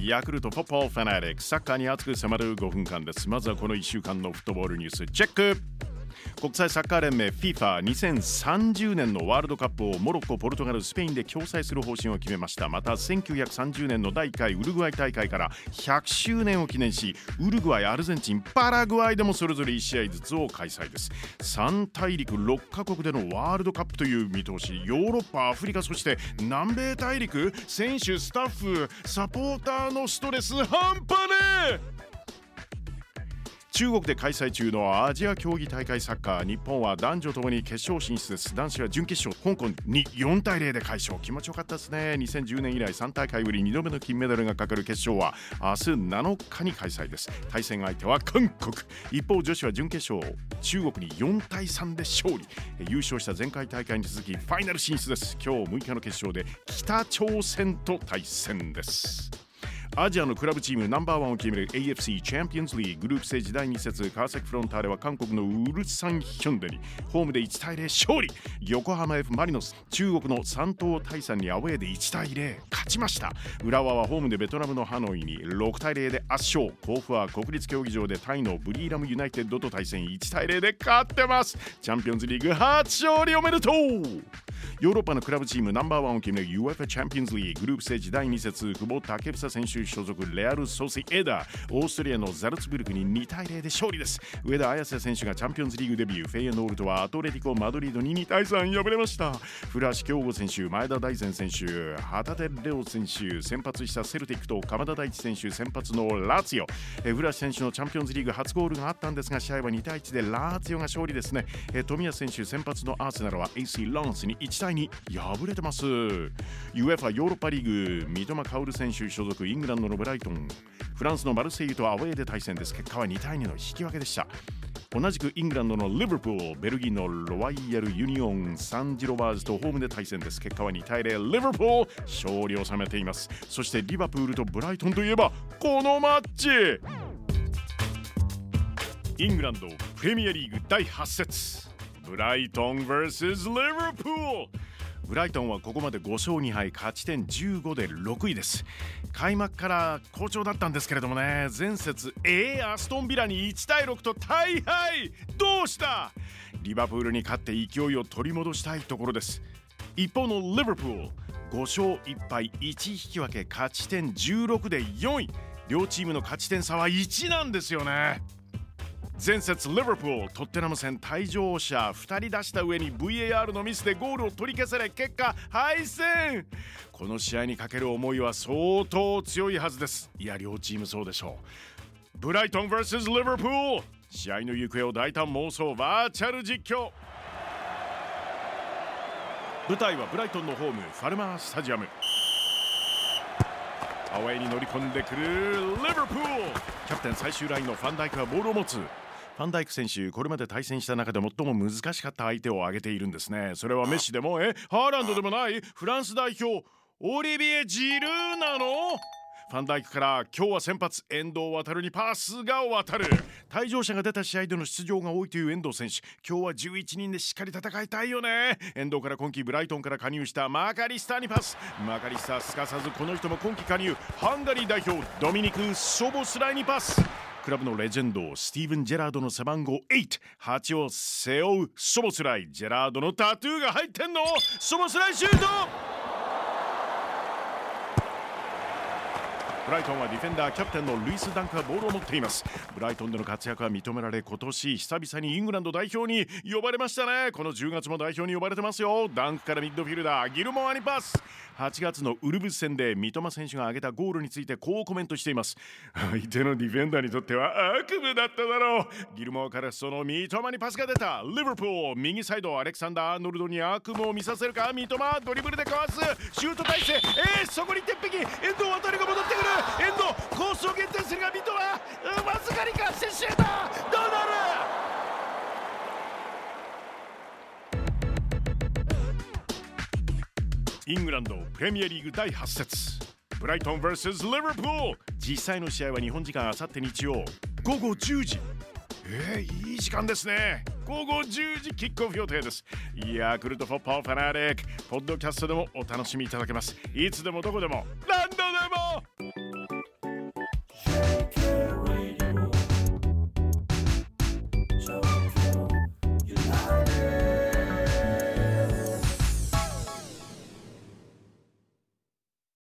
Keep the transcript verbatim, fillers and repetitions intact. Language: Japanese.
ヤクルトフォットボールファナリック、サッカーに熱く迫るごふんかんです。まずはこのいっしゅうかんのフットボールニュースチェック。国際サッカー連盟 フィファにせんさんじゅうねんのワールドカップをモロッコ、ポルトガル、スペインで共催する方針を決めました。またせんきゅうひゃくさんじゅうねんのだいいっかいウルグアイ大会からひゃくしゅうねんを記念し、ウルグアイ、アルゼンチン、パラグアイでもそれぞれいち試合ずつを開催です。さん大陸ろっカ国でのワールドカップという見通し。ヨーロッパ、アフリカ、そして南米大陸、選手、スタッフ、サポーターのストレス半端ねえ。中国で開催中のアジア競技大会サッカー、日本は男女ともに決勝進出です。男子は準決勝、香港によんたいゼロで快勝。気持ちよかったですね。にせんじゅうねん以来さん大会ぶりにどめの金メダルがかかる決勝は明日なのかに開催です。対戦相手は韓国。一方、女子は準決勝、中国によんたいさんで勝利。優勝した前回大会に続きファイナル進出です。今日むいかの決勝で北朝鮮と対戦です。アジアのクラブチームナンバーワンを決める エーエフシー チャンピオンズリーググループステージだいに節、川崎フロンターレは韓国のウルサンヒョンデにホームでいちたいゼロ勝利。横浜 F マリノス、中国の山東泰山にアウェーでいちたいゼロ勝ちました。浦和はホームでベトナムのハノイにろくたいゼロで圧勝。甲府は国立競技場でタイのブリーラムユナイテッドと対戦、いちたいゼロで勝ってます。チャンピオンズリーグ初勝利おめでとう。ヨーロッパのクラブチームナンバーワンを決める ユーエフエー チャンピオンズリーググループステージだいに節、久保建英選手所属レアル・ソシエダ、オーストリアのザルツブルクににたいゼロで勝利です。上田綺世選手がチャンピオンズリーグデビュー。フェイエノールトはアトレティコ・マドリードににたいさん敗れました。古橋亨梧選手、前田大然選手、旗手怜央選手、先発したセルティックと鎌田大地選手先発のラツィオ。え古橋選手のチャンピオンズリーグ初ゴールがあったんですが、試合はにたいいちでラツィオが勝利ですね。え冨安選手先発のアーセナルは エーシー ランスにいちたいに敗れてます。 ユーエフエー ヨーロッパリーグ、三笘薫選手所属イングランドのブライトン、フランスのマルセイユとアウェーで対戦です。結果はにたいにの引き分けでした。同じくイングランドのリバプール、ベルギーのロワイヤルユニオンサンジロワーズとホームで対戦です。結果はにたいゼロ、リバプール勝利を収めています。そしてリバプールとブライトンといえばこのマッチ。イングランドプレミアリーグだいはち節、ブライトン ブイエス リバプール。ブライトンはここまでご勝に敗、勝ち点じゅうごでろくいです。開幕から好調だったんですけれどもね、前節えー、アストンビラにいちたいろくと大敗。どうした？リバプールに勝って勢いを取り戻したいところです。一方のリバプール、ご勝いっ敗、いち引き分け、勝ち点じゅうろくでよんい。両チームの勝ち点差はいちなんですよね。前節リバプール、トッテナム戦退場者ふたり出した上に ブイエーアール のミスでゴールを取り消され、結果敗戦。この試合にかける思いは相当強いはずです。いや、両チームそうでしょう。ブライトン ブイエス リバプール、試合の行方を大胆妄想バーチャル実況。舞台はブライトンのホームファルマースタジアム。アウェイに乗り込んでくるリバプール。キャプテン最終ラインのファンダイクはボールを持つ。ファンダイク選手、これまで対戦した中で最も難しかった相手を挙げているんですね。それはメッシでもえハーランドでもないフランス代表オリビエ・ジルーなの。ファンダイクから今日は先発遠藤航にパスが渡る。退場者が出た試合での出場が多いという遠藤選手、今日はじゅういちにんでしっかり戦いたいよね。遠藤から今季ブライトンから加入したマカリスターにパス。マカリスターすかさずこの人も今季加入、ハンガリー代表ドミニク・ソボスライにパス。クラブのレジェンドスティーブン・ジェラードの背番号はち、はちを背負うソボスライ。ジェラードのタトゥーが入ってんの。ソボスライシュート。ブライトンはディフェンダーキャプテンのルイス・ダンクがボールを持っています。ブライトンでの活躍は認められ、今年久々にイングランド代表に呼ばれましたね。このじゅうがつも代表に呼ばれてますよ。ダンクからミッドフィルダーギルモアにパス。はちがつのウルブス戦で三笘選手が挙げたゴールについてこうコメントしています。相手のディフェンダーにとっては悪夢だっただろう。ギルモアからその三笘にパスが出た。リバプール右サイド、アレクサンダー・アーノルドに悪夢を見させるか。三笘ドリブルでかわす。シュート体勢、えー、そこに鉄壁、遠藤航が戻ってくる。遠藤コースを限定するが三笘、わずかにかしてシュート。どうなる。イングランドプレミアリーグだいはち節、ブライトン ブイエス リバプール。実際の試合は日本時間あさって日曜ごごじゅうじ。えー、いい時間ですね。ごごじゅうじキックオフ予定です。ヤクルトフォットボールファナリックポッドキャストでもお楽しみいただけます。いつでもどこでもラン